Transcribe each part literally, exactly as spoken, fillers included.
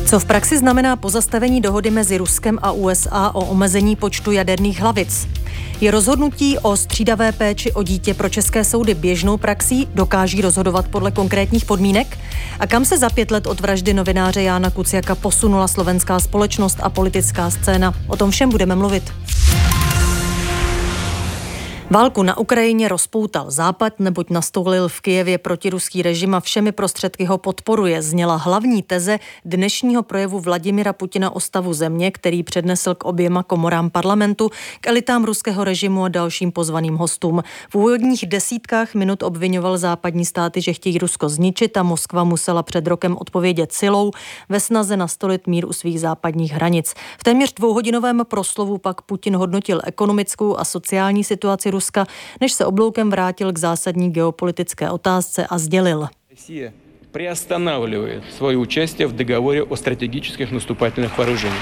Co v praxi znamená pozastavení dohody mezi Ruskem a U S A o omezení počtu jaderných hlavic? Je rozhodnutí o střídavé péči o dítě pro české soudy běžnou praxí? Dokáží rozhodovat podle konkrétních podmínek? A kam se za pět let od vraždy novináře Jána Kuciaka posunula slovenská společnost a politická scéna? O tom všem budeme mluvit. Válku na Ukrajině rozpoutal Západ, neboť nastolil v Kyjevě protiruský režim a všemi prostředky ho podporuje. Zněla hlavní teze dnešního projevu Vladimira Putina o stavu země, který přednesl k oběma komorám parlamentu, k elitám ruského režimu a dalším pozvaným hostům. V úvodních desítkách minut obvinoval západní státy, že chtějí Rusko zničit a Moskva musela před rokem odpovědět silou ve snaze nastolit mír u svých západních hranic. V téměř dvouhodinovém proslovu pak Putin hodnotil ekonomickou a sociální situaci Ruska, než se obloukem vrátil k zásadní geopolitické otázce a sdělil. Россия приостанавливает свое участие в договоре о стратегических наступательных вооружениях.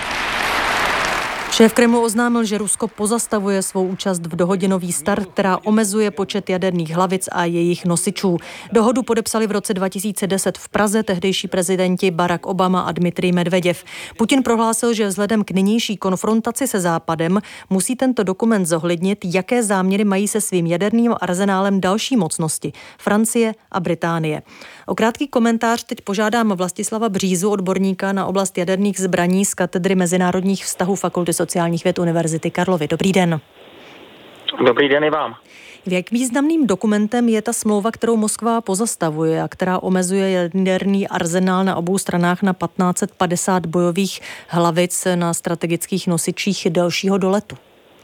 Šéf Kremlu oznámil, že Rusko pozastavuje svou účast v dohodě Nový start, která omezuje počet jaderných hlavic a jejich nosičů. Dohodu podepsali v roce dva tisíce deset v Praze tehdejší prezidenti Barack Obama a Dmitrij Medveděv. Putin prohlásil, že vzhledem k nynější konfrontaci se Západem musí tento dokument zohlednit, jaké záměry mají se svým jaderným arzenálem další mocnosti, Francie a Británie. O krátký komentář teď požádám Vlastislava Břízu, odborníka na oblast jaderných zbraní z katedry mezinárodních vztahů Fakulty sociálních věd Univerzity Karlovy. Dobrý den. Dobrý den i vám. Jak významným dokumentem je ta smlouva, kterou Moskva pozastavuje a která omezuje jaderný arzenál na obou stranách na patnáct set padesát bojových hlavic na strategických nosičích delšího doletu?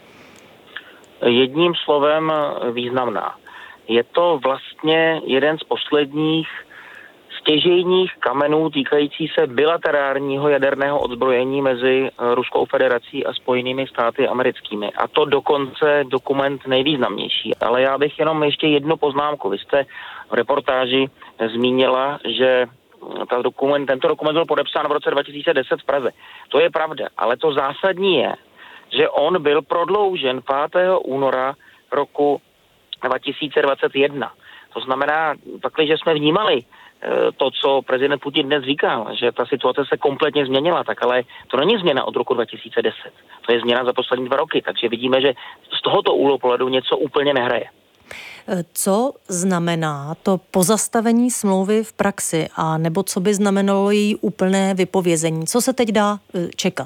Jedním slovem významná. Je to vlastně jeden z posledních stěžejních kamenů týkající se bilaterárního jaderného odzbrojení mezi Ruskou federací a Spojenými státy americkými. A to dokonce dokument nejvýznamnější. Ale já bych jenom ještě jednu poznámku. Vy jste v reportáži zmínila, že ta dokument, tento dokument byl podepsán v roce dva tisíce deset v Praze. To je pravda, ale to zásadní je, že on byl prodloužen pátého února roku dva tisíce dvacet jedna. To znamená, pakliže jsme vnímali to, co prezident Putin dnes říkal, že ta situace se kompletně změnila, tak ale to není změna od roku dva tisíce deset. To je změna za poslední dva roky, takže vidíme, že z tohoto úhlu pohledu něco úplně nehraje. Co znamená to pozastavení smlouvy v praxi a nebo co by znamenalo její úplné vypovězení? Co se teď dá čekat?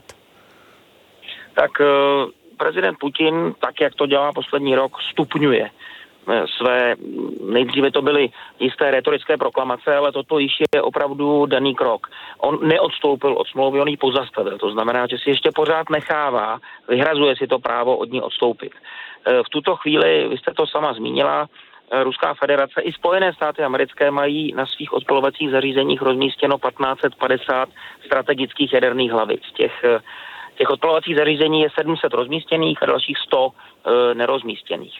Tak prezident Putin, tak jak to dělá poslední rok, stupňuje své, nejdříve to byly jisté retorické proklamace, ale toto již je opravdu daný krok. On neodstoupil od smlouvy, on ji pozastavil. To znamená, že si ještě pořád nechává, vyhrazuje si to právo od ní odstoupit. V tuto chvíli, vy jste to sama zmínila, Ruská federace i Spojené státy americké mají na svých odpalovacích zařízeních rozmístěno patnáct set padesát strategických jaderných hlavic. Těch, těch odpalovacích zařízení je sedm set rozmístěných a dalších sto e, nerozmístěných.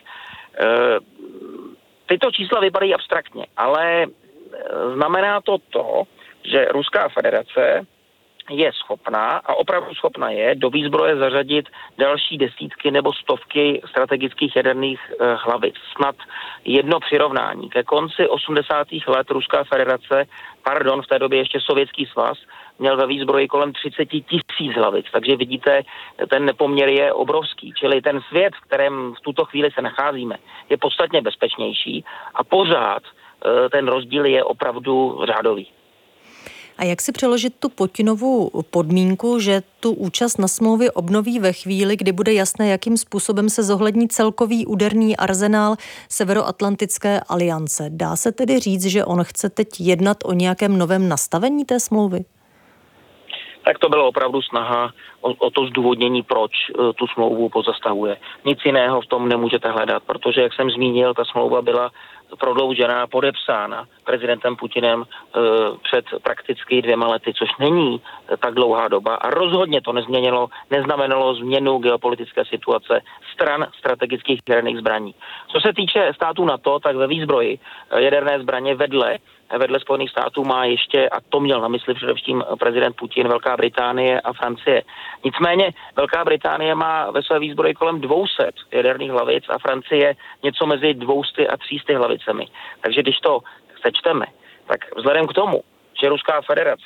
Tyto čísla vypadají abstraktně, ale znamená to to, že Ruská federace je schopná a opravdu schopná je do výzbroje zařadit další desítky nebo stovky strategických jaderných hlavic. Snad jedno přirovnání. Ke konci osmdesátých let Ruská federace, pardon, v té době ještě Sovětský svaz, měl ve výzbroji kolem třicet tisíc hlavic. Takže vidíte, ten nepoměr je obrovský. Čili ten svět, v kterém v tuto chvíli se nacházíme, je podstatně bezpečnější a pořád ten rozdíl je opravdu řádový. A jak si přeložit tu Putinovu podmínku, že tu účast na smlouvě obnoví ve chvíli, kdy bude jasné, jakým způsobem se zohlední celkový úderný arzenál Severoatlantické aliance? Dá se tedy říct, že on chce teď jednat o nějakém novém nastavení té smlouvy? Tak to byla opravdu snaha o, o to zdůvodnění, proč uh, tu smlouvu pozastavuje. Nic jiného v tom nemůžete hledat, protože, jak jsem zmínil, ta smlouva byla prodloužená, podepsána prezidentem Putinem uh, před prakticky dvěma lety, což není uh, tak dlouhá doba a rozhodně to nezměnilo, neznamenalo změnu geopolitické situace stran strategických jaderných zbraní. Co se týče států NATO, tak ve výzbroji uh, jaderné zbraně vedle vedle Spojených států má ještě, a to měl na mysli především prezident Putin, Velká Británie a Francie. Nicméně Velká Británie má ve své výzbroji kolem dvě stě jaderných hlavic a Francie něco mezi dvěma a třemi sty hlavicemi. Takže když to sečteme, tak vzhledem k tomu, že Ruská federace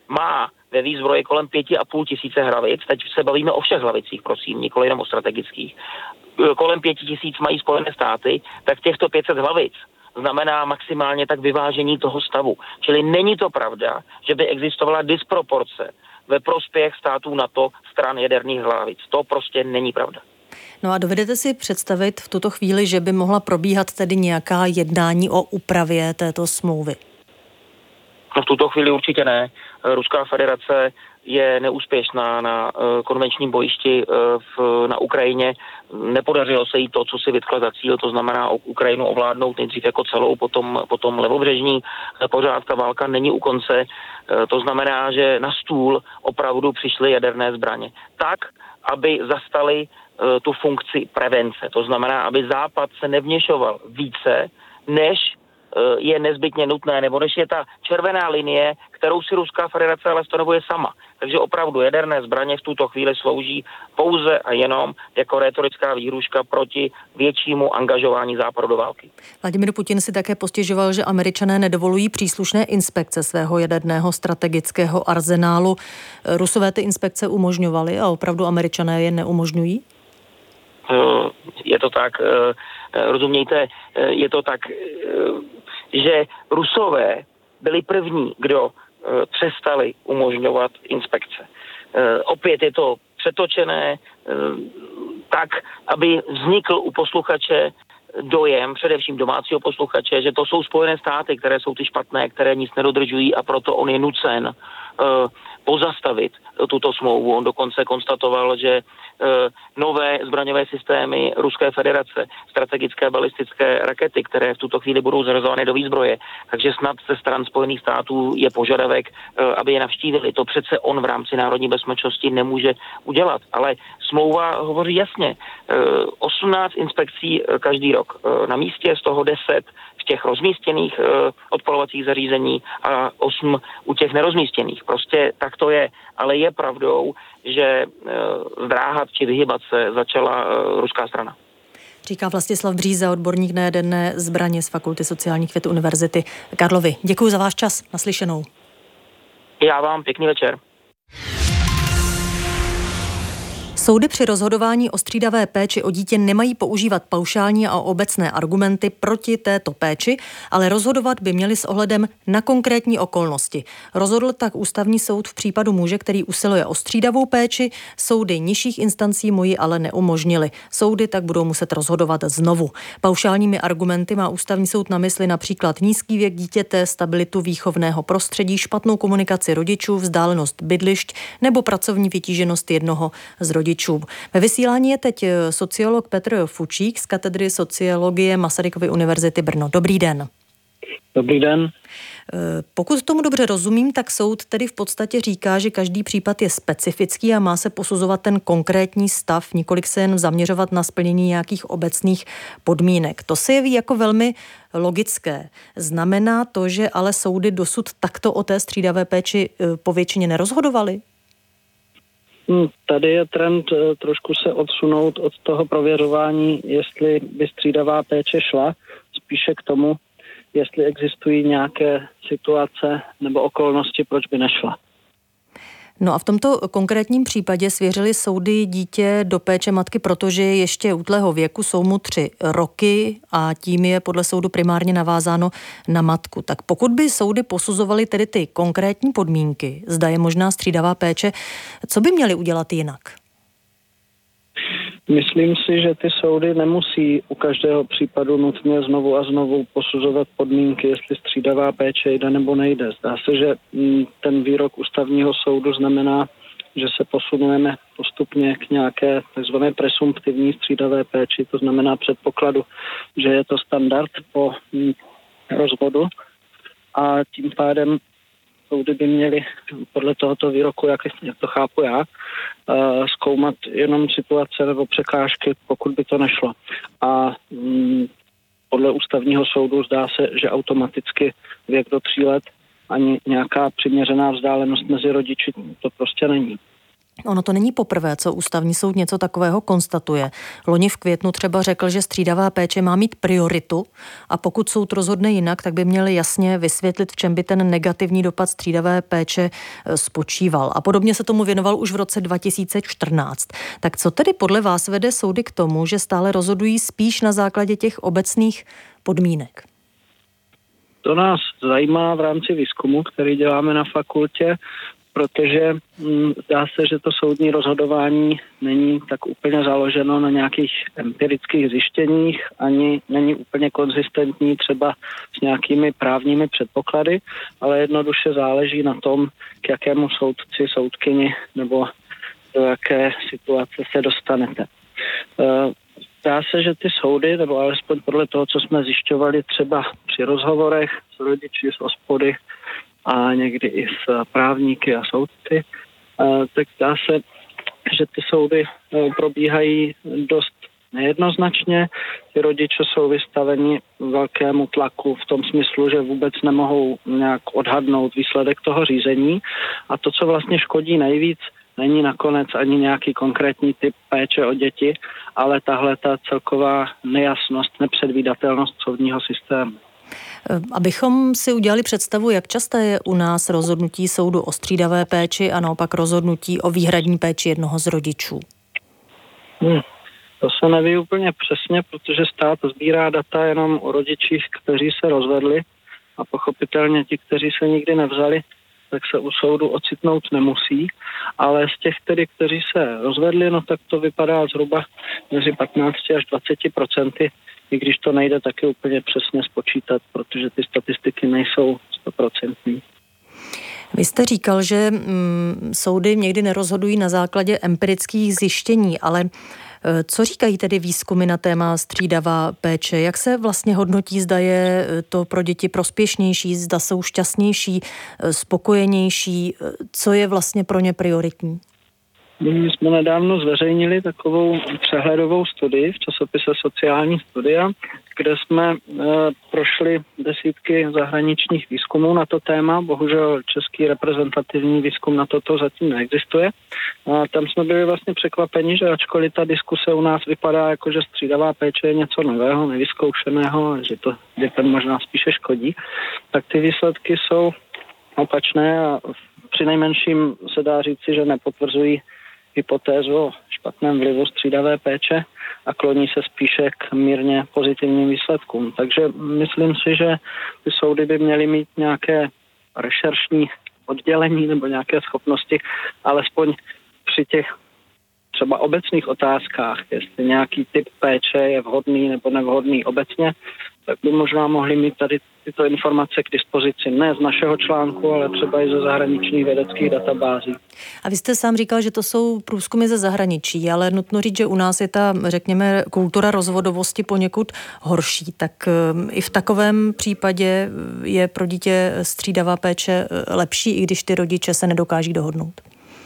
má ve výzbroji kolem pěti a půl tisíce hlavic, teď se bavíme o všech hlavicích, prosím, nikoli jenom o strategických, kolem pěti tisíc mají Spojené státy, tak těchto pět set hlavic znamená maximálně tak vyvážení toho stavu. Čili není to pravda, že by existovala disproporce ve prospěch států NATO stran jaderných hlavic. To prostě není pravda. No a dovedete si představit v tuto chvíli, že by mohla probíhat tedy nějaká jednání o úpravě této smlouvy? No v tuto chvíli určitě ne. Ruská federace je neúspěšná na konvenčním bojišti v, na Ukrajině. Nepodařilo se jí to, co si vytkla za cíl, to znamená Ukrajinu ovládnout nejdřív jako celou, potom, potom levobřežní. Pořád ta válka není u konce. To znamená, že na stůl opravdu přišly jaderné zbraně. Tak, aby zastali tu funkci prevence. To znamená, aby Západ se nevměšoval více, než je nezbytně nutné, nebo než je ta červená linie, kterou si Ruská federace ale stanovuje sama. Takže opravdu jaderné zbraně v tuto chvíli slouží pouze a jenom jako rétorická výhruška proti většímu angažování Západu do války. Vladimír Putin si také postěžoval, že Američané nedovolují příslušné inspekce svého jaderného strategického arzenálu. Rusové ty inspekce umožňovali a opravdu Američané je neumožňují? Je to tak, rozumějte, je to tak, že Rusové byli první, kdo přestali umožňovat inspekce. Opět je to přetočené tak, aby vznikl u posluchače dojem, především domácího posluchače, že to jsou Spojené státy, které jsou ty špatné, které nic nedodržují a proto on je nucen pozastavit tuto smlouvu. On dokonce konstatoval, že nové zbraňové systémy Ruské federace, strategické balistické rakety, které v tuto chvíli budou zařazovány do výzbroje, takže snad ze stran Spojených států je požadavek, aby je navštívili. To přece on v rámci národní bezpečnosti nemůže udělat. Ale smlouva hovoří jasně. osmnáct inspekcí každý rok na místě, z toho deset v těch rozmístěných odpalovacích zařízení a osm u těch nerozmístěných. Prostě tak to je. Ale je pravdou, že zdráhat či vyhybat se začala ruská strana. Říká Vlastislav Bříza, odborník na jaderné zbraně z Fakulty sociálních věd Univerzity Karlovy. Děkuji za váš čas. Naslyšenou. Já vám pěkný večer. Soudy při rozhodování o střídavé péči o dítě nemají používat paušální a obecné argumenty proti této péči, ale rozhodovat by měli s ohledem na konkrétní okolnosti. Rozhodl tak Ústavní soud v případu muže, který usiluje o střídavou péči. Soudy nižších instancí mu ji ale neumožnili. Soudy tak budou muset rozhodovat znovu. Paušálními argumenty má Ústavní soud na mysli například nízký věk dítěte, stabilitu výchovného prostředí, špatnou komunikaci rodičů, vzdálenost bydlišť nebo pracovní vytíženost jednoho z rodičů. Ve vysílání je teď sociolog Petr Fučík z katedry sociologie Masarykovy univerzity Brno. Dobrý den. Dobrý den. Pokud tomu dobře rozumím, tak soud tedy v podstatě říká, že každý případ je specifický a má se posuzovat ten konkrétní stav, několik se jen zaměřovat na splnění nějakých obecných podmínek. To se jeví jako velmi logické. Znamená to, že ale soudy dosud takto o té střídavé péči povětšině nerozhodovaly? Tady je trend trošku se odsunout od toho prověřování, jestli by střídavá péče šla, spíše k tomu, jestli existují nějaké situace nebo okolnosti, proč by nešla. No a v tomto konkrétním případě svěřili soudy dítě do péče matky, protože je ještě útlého věku, jsou mu tři roky a tím je podle soudu primárně navázáno na matku. Tak pokud by soudy posuzovaly tedy ty konkrétní podmínky, zda je možná střídavá péče, co by měly udělat jinak? Myslím si, že ty soudy nemusí u každého případu nutně znovu a znovu posuzovat podmínky, jestli střídavá péče jde nebo nejde. Zdá se, že ten výrok Ústavního soudu znamená, že se posunujeme postupně k nějaké takzvané presumptivní střídavé péči, to znamená předpokladu, že je to standard po rozvodu a tím pádem soudy by měly podle tohoto výroku, jak, jak to chápu já, uh, zkoumat jenom situace nebo překážky, pokud by to nešlo. A um, podle Ústavního soudu zdá se, že automaticky věk do tří let ani nějaká přiměřená vzdálenost mezi rodiči to prostě není. Ono to není poprvé, co ústavní soud něco takového konstatuje. Loni v květnu třeba řekl, že střídavá péče má mít prioritu a pokud soud rozhodne jinak, tak by měli jasně vysvětlit, v čem by ten negativní dopad střídavé péče spočíval. A podobně se tomu věnoval už v roce dva tisíce čtrnáct. Tak co tedy podle vás vede soudy k tomu, že stále rozhodují spíš na základě těch obecných podmínek? To nás zajímá v rámci výzkumu, který děláme na fakultě, protože hm, zdá se, že to soudní rozhodování není tak úplně založeno na nějakých empirických zjištěních, ani není úplně konzistentní třeba s nějakými právními předpoklady, ale jednoduše záleží na tom, k jakému soudci, soudkyni nebo do jaké situace se dostanete. Zdá se, že ty soudy, nebo alespoň podle toho, co jsme zjišťovali třeba při rozhovorech s rodiči, s ospody, a někdy i s právníky a soudci, tak zdá se, že ty soudy probíhají dost nejednoznačně. Ty rodiče jsou vystaveni velkému tlaku v tom smyslu, že vůbec nemohou nějak odhadnout výsledek toho řízení a to, co vlastně škodí nejvíc, není nakonec ani nějaký konkrétní typ péče o děti, ale tahle ta celková nejasnost, nepředvídatelnost soudního systému. Abychom si udělali představu, jak časté je u nás rozhodnutí soudu o střídavé péči a naopak rozhodnutí o výhradní péči jednoho z rodičů. Hmm. To se neví úplně přesně, protože stát sbírá data jenom o rodičích, kteří se rozvedli a pochopitelně ti, kteří se nikdy nevzali, tak se u soudu ocitnout nemusí, ale z těch tedy, kteří se rozvedli, no tak to vypadá zhruba mezi patnáct až dvacet procenty, i když to nejde taky úplně přesně spočítat, protože ty statistiky nejsou stoprocentní. Vy jste říkal, že mm, soudy někdy nerozhodují na základě empirických zjištění, ale co říkají tedy výzkumy na téma střídavá péče? Jak se vlastně hodnotí, zda je to pro děti prospěšnější, zda jsou šťastnější, spokojenější? Co je vlastně pro ně prioritní? My jsme nedávno zveřejnili takovou přehledovou studii v časopise Sociální studia, kde jsme e, prošli desítky zahraničních výzkumů na to téma. Bohužel český reprezentativní výzkum na toto zatím neexistuje. A tam jsme byli vlastně překvapeni, že ačkoliv ta diskuse u nás vypadá jako, že střídavá péče je něco nového, nevyzkoušeného, že to dětem možná spíše škodí, tak ty výsledky jsou opačné a přinejmenším se dá říci, že nepotvrzují hypotézu o špatném vlivu střídavé péče a kloní se spíše k mírně pozitivním výsledkům. Takže myslím si, že ty soudy by měly mít nějaké rešeršní oddělení nebo nějaké schopnosti, alespoň při těch třeba obecných otázkách, jestli nějaký typ péče je vhodný nebo nevhodný obecně, tak by možná mohli mít tady tyto informace k dispozici ne z našeho článku, ale třeba i ze zahraničních vědeckých databází. A vy jste sám říkal, že to jsou průzkumy ze zahraničí, ale nutno říct, že u nás je ta, řekněme, kultura rozvodovosti poněkud horší. Tak i v takovém případě je pro dítě střídavá péče lepší, i když ty rodiče se nedokáží dohodnout.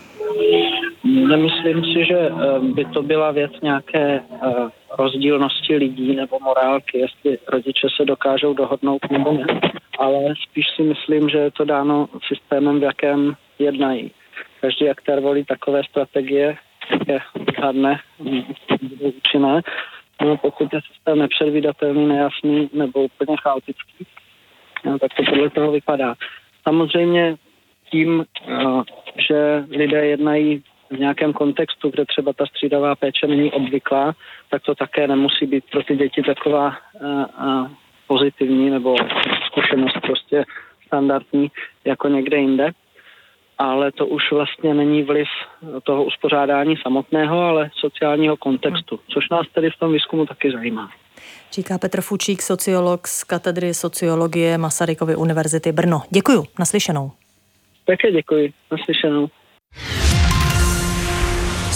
Nemyslím si, že by to byla věc nějaké rozdílnosti lidí nebo morálky, jestli rodiče se dokážou dohodnout nebo ne, ale spíš si myslím, že je to dáno systémem, v jakém jednají. Každý aktér volí takové strategie, jaké odhadne, budou účinné. No, pokud je systém nepředvídatelný, nejasný nebo úplně chaotický, no, tak to podle toho vypadá. Samozřejmě tím, že lidé jednají v nějakém kontextu, kde třeba ta střídavá péče není obvyklá, tak to také nemusí být pro ty děti taková uh, uh, pozitivní nebo zkušenost prostě standardní jako někde jinde. Ale to už vlastně není vliv toho uspořádání samotného, ale sociálního kontextu, což nás tedy v tom výzkumu taky zajímá. Říká Petr Fučík, sociolog z katedry sociologie Masarykovy univerzity Brno. Děkuju, naslyšenou. Také děkuji, naslyšenou.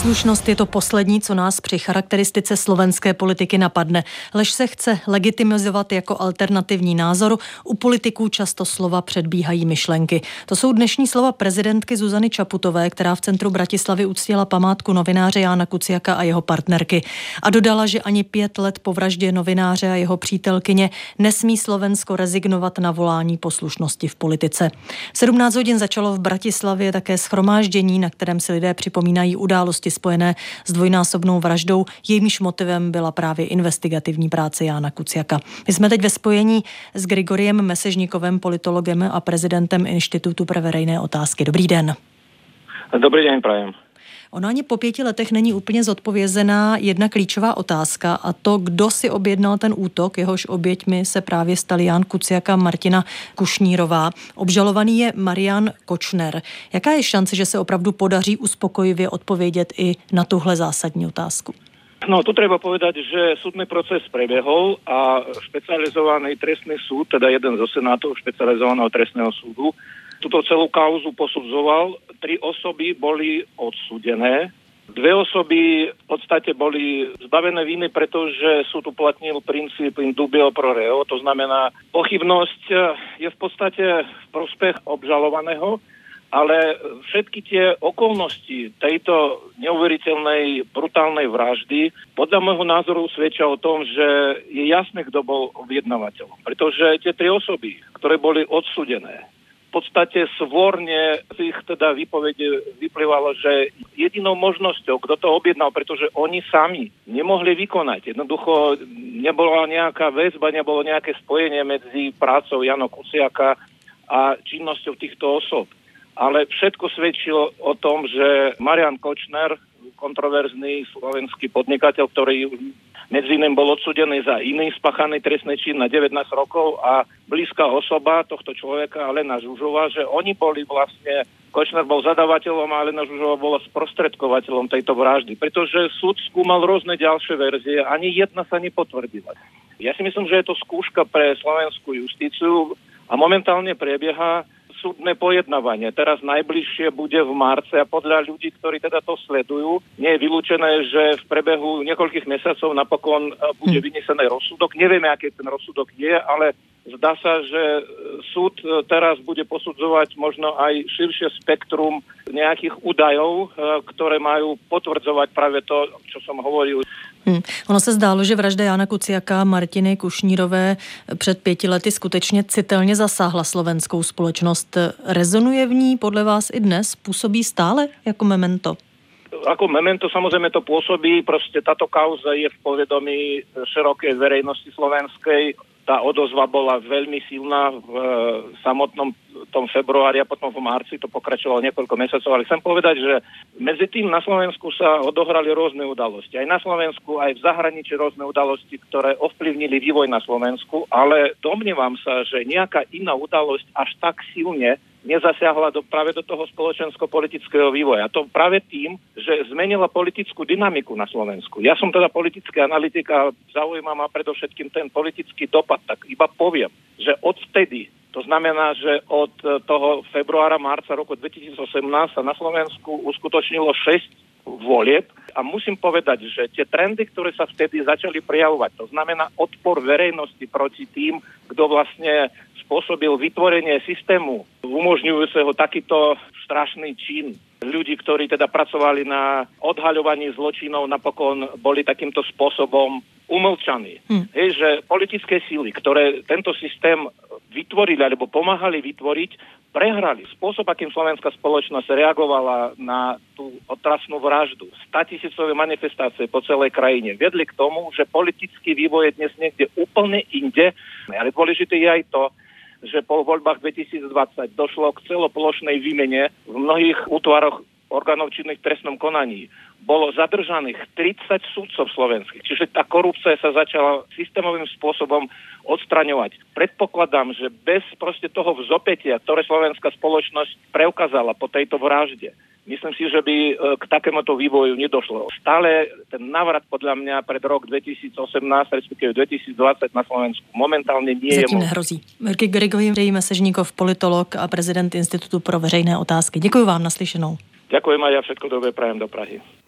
Poslušnost je to poslední, co nás při charakteristice slovenské politiky napadne. Lež se chce legitimizovat jako alternativní názor, u politiků často slova předbíhají myšlenky. To jsou dnešní slova prezidentky Zuzany Čaputové, která v centru Bratislavy uctila památku novináře Jána Kuciaka a jeho partnerky. A dodala, že ani pět let po vraždě novináře a jeho přítelkyně nesmí Slovensko rezignovat na volání poslušnosti v politice. V sedmnáct hodin začalo v Bratislavě také shromáždění, na kterém si lidé připomínají události spojené s dvojnásobnou vraždou. Jejímž motivem byla právě investigativní práce Jána Kuciaka. My jsme teď ve spojení s Grigoriem Mesežníkovem, politologem a prezidentem Institutu pre verejné otázky. Dobrý den. Dobrý den, prajem. Ono ani po pěti letech není úplně zodpovězená jedna klíčová otázka, a to, kdo si objednal ten útok, jehož oběťmi se právě stali Ján Kuciak a Martina Kušnírová. Obžalovaný je Marian Kočner. Jaká je šance, že se opravdu podaří uspokojivě odpovědět i na tuhle zásadní otázku? No, tu treba povedať, že súdny proces prebiehol a špecializovaný trestný súd, teda jeden zo senátov špecializovaného trestného súdu, túto celú kauzu posudzoval. Tri osoby boli odsúdené. Dve osoby v podstate boli zbavené viny, pretože súd uplatnil princíp in dubio pro reo, to znamená, pochybnosť je v podstate v prospech obžalovaného, ale všetky tie okolnosti tejto neuveriteľnej, brutálnej vraždy podľa môjho názoru svedčia o tom, že je jasné, kto bol objednávateľom. Pretože tie tri osoby, ktoré boli odsúdené, v podstate svorne z ich teda výpovede vyplývalo, že jedinou možnosťou, kto to objednal, pretože oni sami nemohli vykonať. Jednoducho nebola nejaká väzba, nebolo nejaké spojenie medzi prácou Jána Kuciaka a činnosťou týchto osôb. Ale všetko svedčilo o tom, že Marian Kočner, kontroverzný slovenský podnikateľ, ktorý medzi iným bol odsúdený za iný spáchaný trestný čin na devätnásť rokov, a blízka osoba tohto človeka, Alena Žužová, že oni boli vlastne, Kočner bol zadavateľom a Alena Žužová bola sprostredkovateľom tejto vraždy, pretože súd skúmal rôzne ďalšie verzie, ani jedna sa nepotvrdila. Ja si myslím, že je to skúška pre slovenskú justíciu a momentálne prebieha súdne pojednávanie. Teraz najbližšie bude v marci a podľa ľudí, ktorí teda to sledujú, nie je vylúčené, že v prebehu niekoľkých mesiacov napokon bude vynesený rozsudok. Nevieme, aký ten rozsudok je, ale zdá sa, že súd teraz bude posudzovať možno aj širšie spektrum nejakých údajov, ktoré majú potvrdzovať práve to, čo som hovoril. Hmm. Ono se zdálo, že vražda Jána Kuciaka a Martiny Kušnírové před pěti lety skutečně citelně zasáhla slovenskou společnost. Rezonuje v ní podle vás i dnes? Působí stále jako memento? Ako memento samozrejme to pôsobí, proste táto kauza je v povedomí širokej verejnosti slovenskej. Tá odozva bola veľmi silná v samotnom tom februári a potom v marci, to pokračovalo niekoľko mesiacov, ale chcem povedať, že medzi tým na Slovensku sa odohrali rôzne udalosti. Aj na Slovensku, aj v zahraničí rôzne udalosti, ktoré ovplyvnili vývoj na Slovensku, ale domnievam sa, že nejaká iná udalosť až tak silne nezasiahla do, práve do toho spoločensko-politického vývoja. To práve tým, že zmenila politickú dynamiku na Slovensku. Ja som teda politický analytik a zaujíma ma predovšetkým ten politický dopad, tak iba poviem, že odvtedy, to znamená, že od toho februára, marca roku dvetisícosemnásť sa na Slovensku uskutočnilo šesť volieb a musím povedať, že tie trendy, ktoré sa vtedy začali prejavovať, to znamená odpor verejnosti proti tým, kto vlastne spôsobil vytvorenie systému umožňujúceho takýto strašný čin. Ľudí, ktorí teda pracovali na odhaľovaní zločinov, napokon boli takýmto spôsobom umlčaní. Hm. Hej, že politické síly, ktoré tento systém vytvorili alebo pomáhali vytvoriť, prehrali. Spôsob, akým slovenská spoločnosť reagovala na tú otrasnú vraždu, státisícové manifestácie po celej krajine, vedli k tomu, že politický vývoj je dnes niekde úplne inde. Ale dôležité je aj to, že po voľbách dvetisícdvadsať došlo k celoplošnej výmene v mnohých útvaroch orgánov činných v trestnom konaní. Bolo zadržaných tridsať sudcov slovenských, čiže tá korupcia sa začala systémovým spôsobom odstraňovať. Predpokladám, že bez proste toho vzopätia, ktoré slovenská spoločnosť preukázala po tejto vražde, myslím si, že by k takémuto vývoju nedošlo. Stále ten návrat podľa mňa pred rok dvetisícosemnásť, respektíve dvetisícdvadsať na Slovensku momentálne nie je Zatím nehrozí. Grigorij Mesežníkov, politolog a prezident Institutu pro veřejné otázky. Děkuji vám, naslyšenou. Ďakujem a ja všetko dobré prajem do Prahy.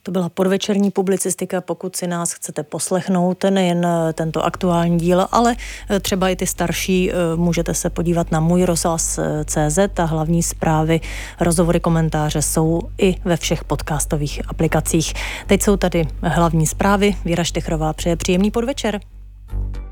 To byla podvečerní publicistika. Pokud si nás chcete poslechnout, nejen tento aktuální díl, ale třeba i ty starší, můžete se podívat na můj rozhlas tečka cé zet a hlavní zprávy, rozhovory, komentáře jsou i ve všech podcastových aplikacích. Teď jsou tady hlavní zprávy. Věra Štechrová přeje příjemný podvečer.